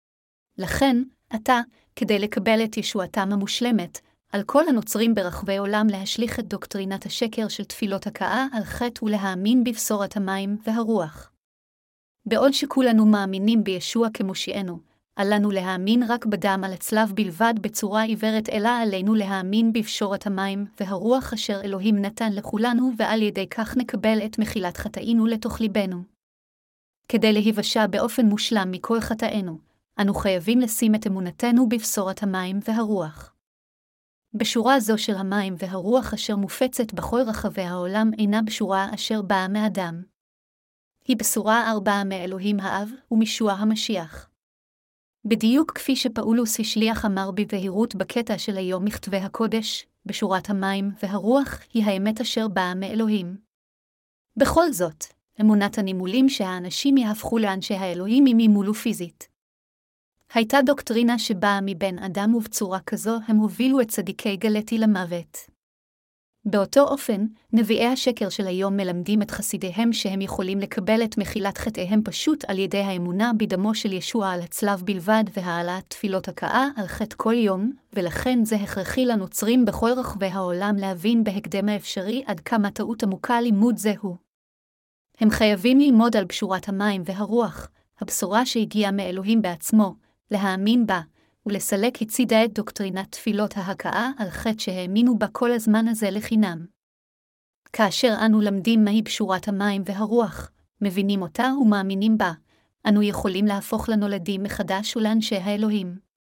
לכן, אתה, כדי לקבל את ישועתם המושלמת, על כל הנוצרים ברחבי עולם להשליך את דוקטרינת השקר של תפילות הכאה על חטא ולהאמין בבשורת המים והרוח. בעוד שכולנו מאמינים בישוע כמושיענו, אל לנו להאמין רק בדם על הצלב בלבד בצורה עיוורת, אלא עלינו להאמין בפשורת המים והרוח אשר אלוהים נתן לכולנו, ועל ידי כך נקבל את מחילת חטאינו לתוך ליבנו. כדי להיוושע באופן מושלם מכל חטאינו, אנו חייבים לשים את אמונתנו בבשורת המים והרוח. בשורה זו של המים והרוח אשר מופצת בכל רחבי העולם אינה בשורה אשר באה מאדם. היא בשורה ארבעה מאלוהים האב ומישוע המשיח. בדיוק כפי שפאולוס השליח אמר בבהירות בקטע של היום מכתבי הקודש, בשורת המים והרוח היא האמת אשר באה מאלוהים. בכל זאת, אמונת הנימולים שהאנשים יהפכו לאנשי האלוהים אם ימולו פיזית. הייתה דוקטרינה שבאה מבן אדם, ובצורה כזו הם הובילו את צדיקי גלתי למוות. באותו אופן, נביאי השקר של היום מלמדים את חסידיהם שהם יכולים לקבל את מחילת חטאיהם פשוט על ידי האמונה בדמו של ישוע על הצלב בלבד והעלאת תפילות הכאה על חטא כל יום, ולכן זה הכרחי לנוצרים בכל רחבי העולם להבין בהקדם האפשרי עד כמה טעות עמוקה לימוד זהו. הם חייבים ללמוד על בשורת המים והרוח, הבשורה שהגיעה מאלוהים בעצמו, להאמין בה, ולסלק הצידה את דוקטרינת תפילות ההכאה על חטא שהאמינו בה כל הזמן הזה לחינם. כאשר אנו למדים מהי בשורת המים והרוח, מבינים אותה ומאמינים בה, אנו יכולים להפוך לנולדים מחדש ולאנשי האלוהים.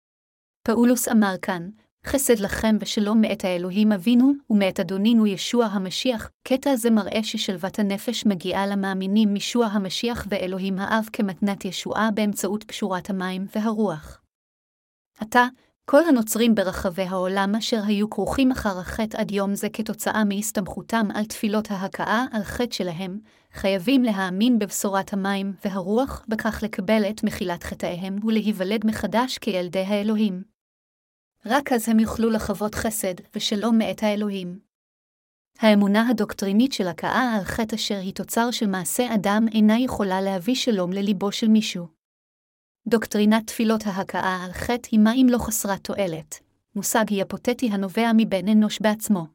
פאולוס אמר כאן, חסד לכם ושלום מאת האלוהים אבינו ומאת אדונינו ישוע המשיח. קטע זה מראה ששלוות הנפש מגיעה למאמינים מישוע המשיח ואלוהים האב כמתנת ישועה באמצעות בשורת המים והרוח. עתה, כל הנוצרים ברחבי העולם אשר היו כרוכים אחר החטא עד יום זה כתוצאה מהסתמכותם על תפילות ההכאה על חטא שלהם, חייבים להאמין בבשורת המים והרוח, בכך לקבל את מחילת חטאיהם ולהיוולד מחדש כילדי האלוהים. רק אז הם יוכלו לחוות חסד ושלום מאת האלוהים. האמונה הדוקטרינית של הכאה על חטא אשר היא תוצר של מעשה אדם אינה יכולה להביא שלום לליבו של מישהו. דוקטרינת תפילות ההכאה על חטא היא מים לא חסרת תועלת, מושג היפותטי הנובע מבן אנוש בעצמו.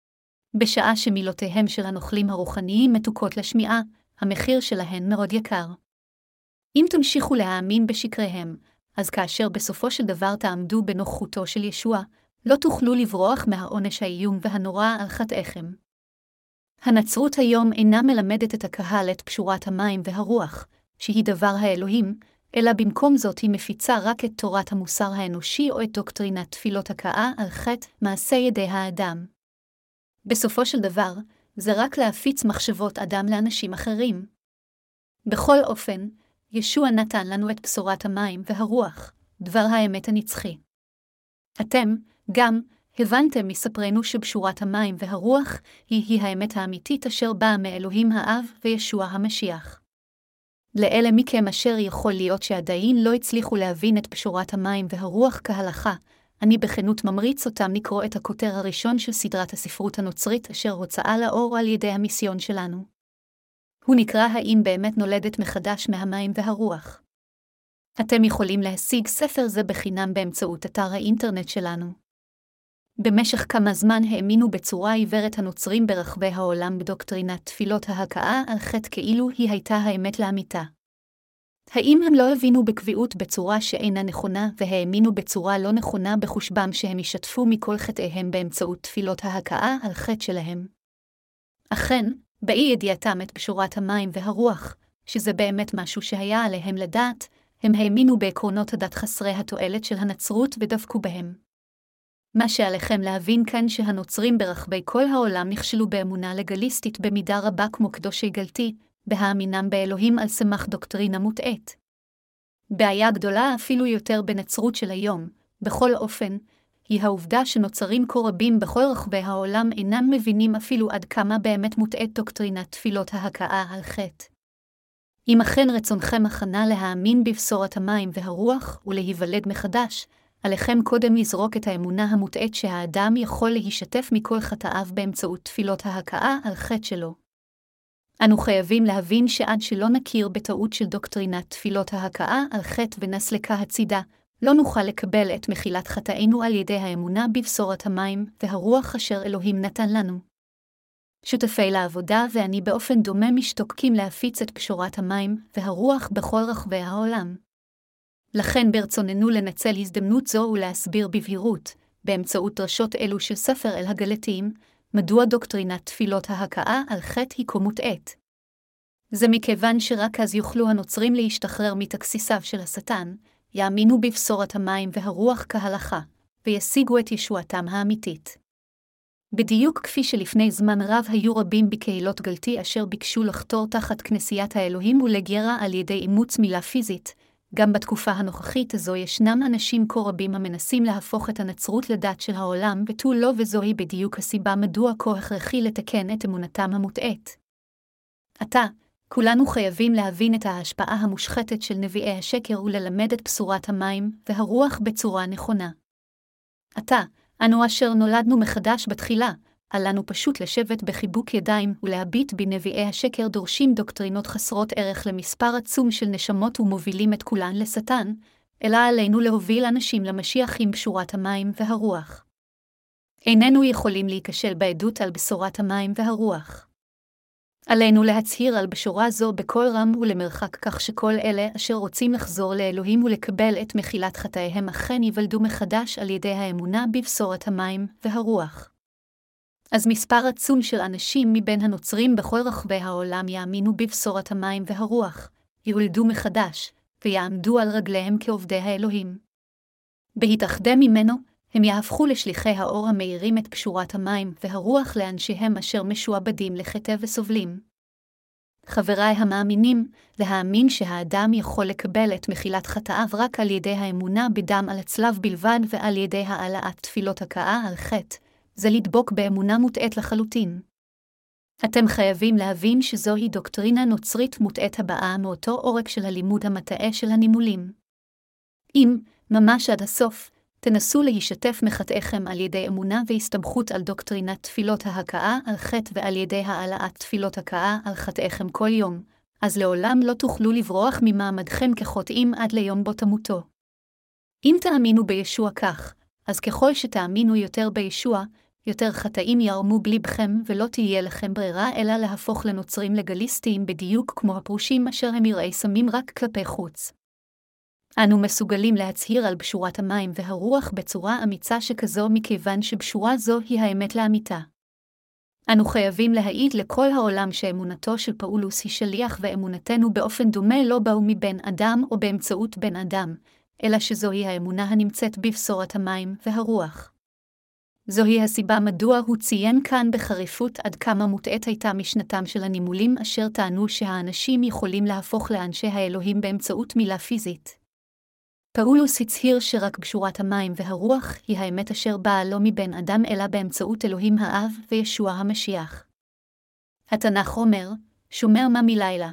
בשעה שמילותיהם של הנוכלים הרוחניים מתוקות לשמיעה, המחיר שלהן מאוד יקר. אם תמשיכו להאמין בשקריהם, אז כאשר בסופו של דבר תעמדו בנוכחותו של ישוע, לא תוכלו לברוח מהעונש האיום והנורא על חטאיכם. הנצרות היום אינה מלמדת את הקהל את פשורת המים והרוח, שהיא דבר האלוהים, אלא במקום זאת היא מפיצה רק את תורת המוסר האנושי או את דוקטרינת תפילות הכאה על חטא מעשה ידי האדם. בסופו של דבר, זה רק להפיץ מחשבות אדם לאנשים אחרים. בכל אופן, ישוע נתן לנו את בשורת המים והרוח, דבר האמת הנצחי. אתם, גם, הבנתם מספרנו שבשורת המים והרוח היא האמת האמיתית אשר באה מאלוהים האב וישוע המשיח. לאלה מכם אשר יכול להיות שעדיין לא הצליחו להבין את בשורת המים והרוח כהלכה, אני בכנות ממריץ אותם לקרוא את הכותר הראשון של סדרת הספרות הנוצרית אשר הוצאה לאור על ידי המיסיון שלנו. הוא נקרא האם באמת נולדת מחדש מהמים והרוח. אתם יכולים להשיג ספר זה בחינם באמצעות אתר האינטרנט שלנו. במשך כמה זמן האמינו בצורה עיוורת הנוצרים ברחבי העולם בדוקטרינת תפילות ההכאה על חטא כאילו היא הייתה האמת לאמיתה. האם הם לא הבינו בקביעות בצורה שאינה נכונה והאמינו בצורה לא נכונה בחושבם שהם ישתפו מכל חטאיהם באמצעות תפילות ההכאה על חטא שלהם? אכן, באי ידיעתם את בשורת המים והרוח, שזה באמת משהו שהיה עליהם לדעת, הם האמינו בעקרונות הדת חסרי התועלת של הנצרות ודבקו בהם. מה שעליכם להבין כאן שהנוצרים ברחבי כל העולם נכשלו באמונה לגליסטית במידה רבה כמו קדושי גלתי, בהאמינם באלוהים על סמך דוקטרינה מוטעית. בעיה גדולה אפילו יותר בנצרות של היום, בכל אופן, היא העובדה שנוצרים כה רבים בכל רחבי העולם אינם מבינים אפילו עד כמה באמת מוטעית דוקטרינת תפילות ההכאה על חטא. אם אכן רצונכם הכנה להאמין בבשורת המים והרוח ולהיוולד מחדש, עליכם קודם לזרוק את האמונה המוטעית שהאדם יכול להישתף מכל חטאיו באמצעות תפילות ההכאה על חטא שלו. אנו חייבים להבין שעד שלא נכיר בטעות של דוקטרינת תפילות ההכאה על חטא ונסלקה הצידה, לא נוכל לקבל את מחילת חטאינו על ידי האמונה בבשורת המים והרוח אשר אלוהים נתן לנו. שותפי לעבודה ואני באופן דומה משתוקקים להפיץ את בשורת המים והרוח בכל רחבי העולם. לכן ברצוננו לנצל הזדמנות זו ולהסביר בבהירות, באמצעות דרשות אלו של ספר אל הגלתיים, מדוע דוקטרינת תפילות ההכאה על חטא היא כה מוטעית. זה מכיוון שרק אז יוכלו הנוצרים להשתחרר מתכסיסיו של השטן, יאמינו בבשורת המים והרוח כהלכה, וישיגו את ישועתם האמיתית. בדיוק כפי שלפני זמן רב היו רבים בקהילות גלתי אשר ביקשו לחתור תחת כנסיית האלוהים ולגיירה על ידי אימוץ מילה פיזית, גם בתקופה הנוכחית הזו ישנם אנשים כה רבים המנסים להפוך את הנצרות לדת של העולם ותו לא, וזוהי בדיוק הסיבה מדוע כה הכרחי לתקן את אמונתם המוטעית. עתה, כולנו חייבים להבין את ההשפעה המושחתת של נביאי השקר וללמד את בשורת המים והרוח בצורה נכונה. עתה, אנו אשר נולדנו מחדש בתחילה, אל לנו פשוט לשבת בחיבוק ידיים ולהביט בנביאי השקר דורשים דוקטרינות חסרות ערך למספר עצום של נשמות ומובילים את כולן לשטן, אלא עלינו להוביל אנשים למשיח עם בשורת המים והרוח. איננו יכולים להיכשל בעדות על בשורת המים והרוח. עלינו להצהיר על בשורה זו בקול רם ולמרחק, כך שכל אלה אשר רוצים לחזור לאלוהים ולקבל את מחילת חטאיהם אכן ייוולדו מחדש על ידי האמונה בבשורת המים והרוח. אז מספר עצום של אנשים מבין הנוצרים בכל רחבי העולם יאמינו בבשורת המים והרוח, יולדו מחדש, ויעמדו על רגליהם כעובדי האלוהים. בהתאחדם ממנו, הם יהפכו לשליחי האור המאירים את בשורת המים והרוח לאנשיהם אשר משועבדים לחטא וסובלים. חבריי המאמינים, להאמין שהאדם יכול לקבל את מחילת חטאיו רק על ידי האמונה בדם על הצלב בלבד ועל ידי העלאת תפילות הכאה על חטא, זה לדבוק באמונה מוטעית לחלוטין. אתם חייבים להבין שזוהי דוקטרינה נוצרית מוטעית הבאה מאותו עורק של הלימוד המטעה של הנימולים. אם, ממש עד הסוף, תנסו להישתף מחטאיכם על ידי אמונה והסתמכות על דוקטרינת תפילות ההכאה על חטא ועל ידי העלאת תפילות הכאה על חטאיכם כל יום, אז לעולם לא תוכלו לברוח ממעמדכם כחוטאים עד ליום בו תמותו. אם תאמינו בישוע כך, אז ככל שתאמינו יותר בישוע, יותר חטאים ירמו בליבכם ולא תהיה לכם ברירה אלא להפוך לנוצרים לגליסטיים בדיוק כמו הפרושים אשר הם יראי סמים רק כלפי חוץ. אנו מסוגלים להצהיר על בשורת המים והרוח בצורה אמיצה שכזו מכיוון שבשורה זו היא האמת לאמיתה. אנו חייבים להעיד לכל העולם שאמונתו של פאולוס היא שליח ואמונתנו באופן דומה לא באו מבן אדם או באמצעות בן אדם, אלא שזוהי האמונה הנמצאת בבשורת המים והרוח. זוהי הסיבה מדוע הוא ציין כאן בחריפות עד כמה מוטעית הייתה משנתם של הנימולים אשר טענו שהאנשים יכולים להפוך לאנשי האלוהים באמצעות מילה פיזית. פאולוס הצהיר שרק בשורת המים והרוח היא האמת אשר באה לא מבן אדם אלא באמצעות אלוהים האב וישוע המשיח. התנ"ך אומר, שומר מה מלילה.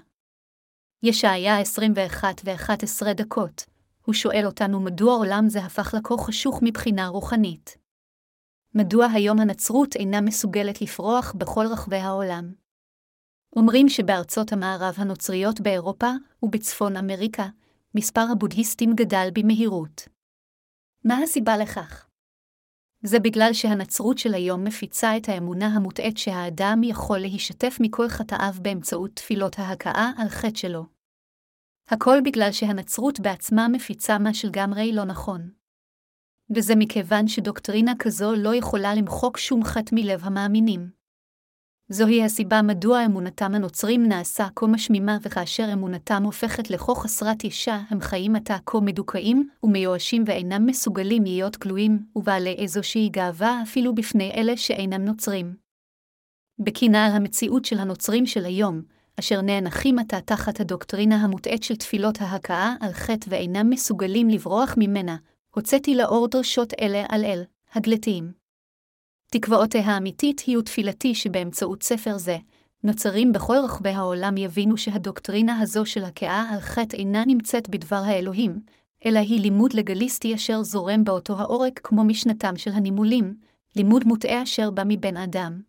ישעיה עשרים ואחת ואחת עשרה דקות. הוא שואל אותנו מדוע עולם זה הפך לכה חשוך מבחינה רוחנית. מדוע היום הנצרות אינה מסוגלת לפרוח בכל רחבי העולם. אומרים שבארצות המערב הנוצריות באירופה ובצפון אמריקה, מספר הבודהיסטים גדל במהירות. מה הסיבה לכך? זה בגלל שהנצרות של היום מפיצה את האמונה המוטעית שהאדם יכול להישתף מכל חטאיו באמצעות תפילות ההכאה על חטא שלו. הכל בגלל שהנצרות בעצמה מפיצה מה שלגמרי לא נכון. וזה מכיוון שדוקטרינה כזו לא יכולה למחוק שום חטא מלב המאמינים. זוהי הסיבה מדוע אמונתם הנוצרים נעשה כה משמימה וכאשר אמונתם הופכת לכה חסרת ישע, הם חיים עתה כה מדוכאים ומיואשים ואינם מסוגלים להיות גלויים ובעלי איזושהי גאווה אפילו בפני אלה שאינם נוצרים. בקינה על המציאות של הנוצרים של היום, אשר נאנחים עתה תחת הדוקטרינה המוטעית של תפילות ההכאה על חטא ואינם מסוגלים לברוח ממנה, הוצאתי לאור דרשות אלה על אל, הגלתיים. תקוואותי האמיתית היא ותפילתי שבאמצעות ספר זה, נוצרים בכל רחבי העולם יבינו שהדוקטרינה הזו של הכאה על חטא אינה נמצאת בדבר האלוהים, אלא היא לימוד לגליסטי אשר זורם באותו העורק כמו משנתם של הנימולים, לימוד מוטעה אשר בא מבן אדם.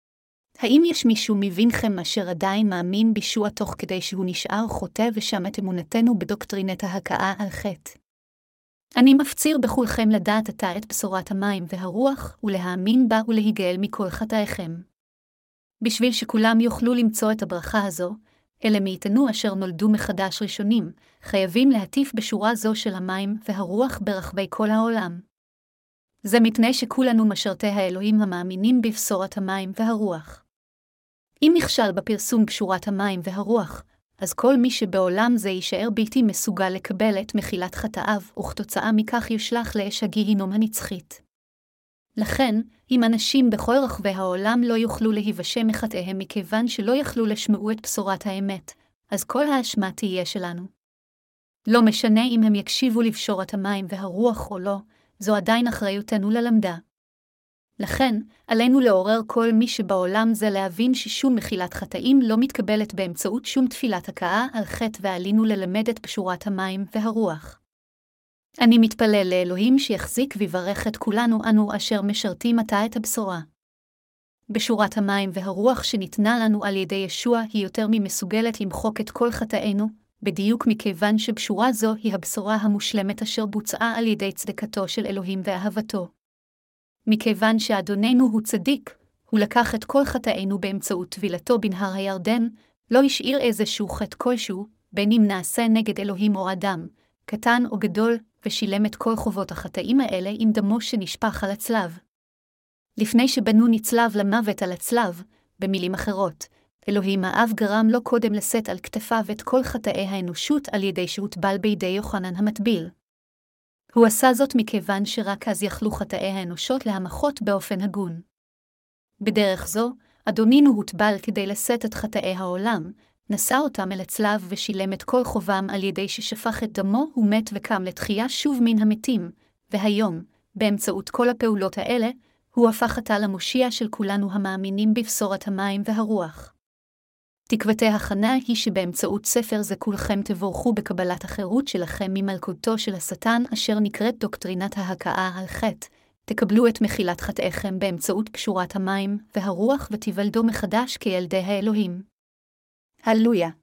האם יש מישהו מבינכם אשר עדיין מאמין בישוע תוך כדי שהוא נשאר חוטא ושם את אמונתנו בדוקטרינת ההכאה על חטא? אני מפציר בכולכם לדעת עתה את בשורת המים והרוח ולהאמין בה ולהיגאל מכל חטאיכם. בשביל שכולם יוכלו למצוא את הברכה הזו, אלה מאיתנו אשר נולדו מחדש ראשונים, חייבים להטיף בשורה זו של המים והרוח ברחבי כל העולם. זה מפני שכולנו משרתי האלוהים המאמינים בבשורת המים והרוח. אם נכשל בפרסום בשורת המים והרוח, אז כל מי שבעולם זה יישאר בלתי מסוגל לקבל את מחילת חטאיו, וכתוצאה מכך יושלך לאש הגיהינום הנצחית. לכן, אם אנשים בכל רחבי העולם לא יוכלו להיוושע מחטאיהם מכיוון שלא יכלו לשמעו את בשורת האמת, אז כל האשמה תהיה שלנו. לא משנה אם הם יקשיבו לבשורת המים והרוח או לא, זו עדיין אחריותנו ללמדה. לכן, עלינו לעורר כל מי שבעולם זה להבין ששום מחילת חטאים לא מתקבלת באמצעות שום תפילת הכאה על חטא, ועלינו ללמד את בשורת המים והרוח. אני מתפלל לאלוהים שיחזיק ויברך את כולנו אנו אשר משרתים עתה את הבשורה. בשורת המים והרוח שניתנה לנו על ידי ישוע היא יותר ממסוגלת למחוק את כל חטאינו, בדיוק מכיוון שבשורה זו היא הבשורה המושלמת אשר בוצעה על ידי צדקתו של אלוהים ואהבתו. מכיוון שאדוננו הוא צדיק, הוא לקח את כל חטאינו באמצעות טבילתו בנהר הירדן, לא השאיר איזשהו חטא כלשהו, בין אם נעשה נגד אלוהים או אדם, קטן או גדול, ושילם את כל חובות החטאים האלה עם דמו שנשפך על הצלב. לפני שבנו נצלב למוות על הצלב, במילים אחרות, אלוהים האב גרם לו קודם לשאת על כתפיו את כל חטאי האנושות על ידי שהוטבל בידי יוחנן המטביל. הוא עשה זאת מכיוון שרק אז יכלו חטאי האנושות להמחות באופן הגון. בדרך זו, אדונינו הוטבל כדי לשאת את חטאי העולם, נשא אותם אל הצלב ושילם את כל חובם על ידי ששפך את דמו ומת וקם לתחייה שוב מן המתים, והיום, באמצעות כל הפעולות האלה, הוא הפך עתה למושיע של כולנו המאמינים בבשורת המים והרוח. תקוותי הכנה היא שבאמצעות ספר זה כולכם תבורכו בקבלת החירות שלכם ממלכותו של השטן אשר נקראת דוקטרינת ההכאה על חטא, תקבלו את מחילת חטאיכם באמצעות בשורת המים והרוח ותיוולדו מחדש כילדי האלוהים. הללויה.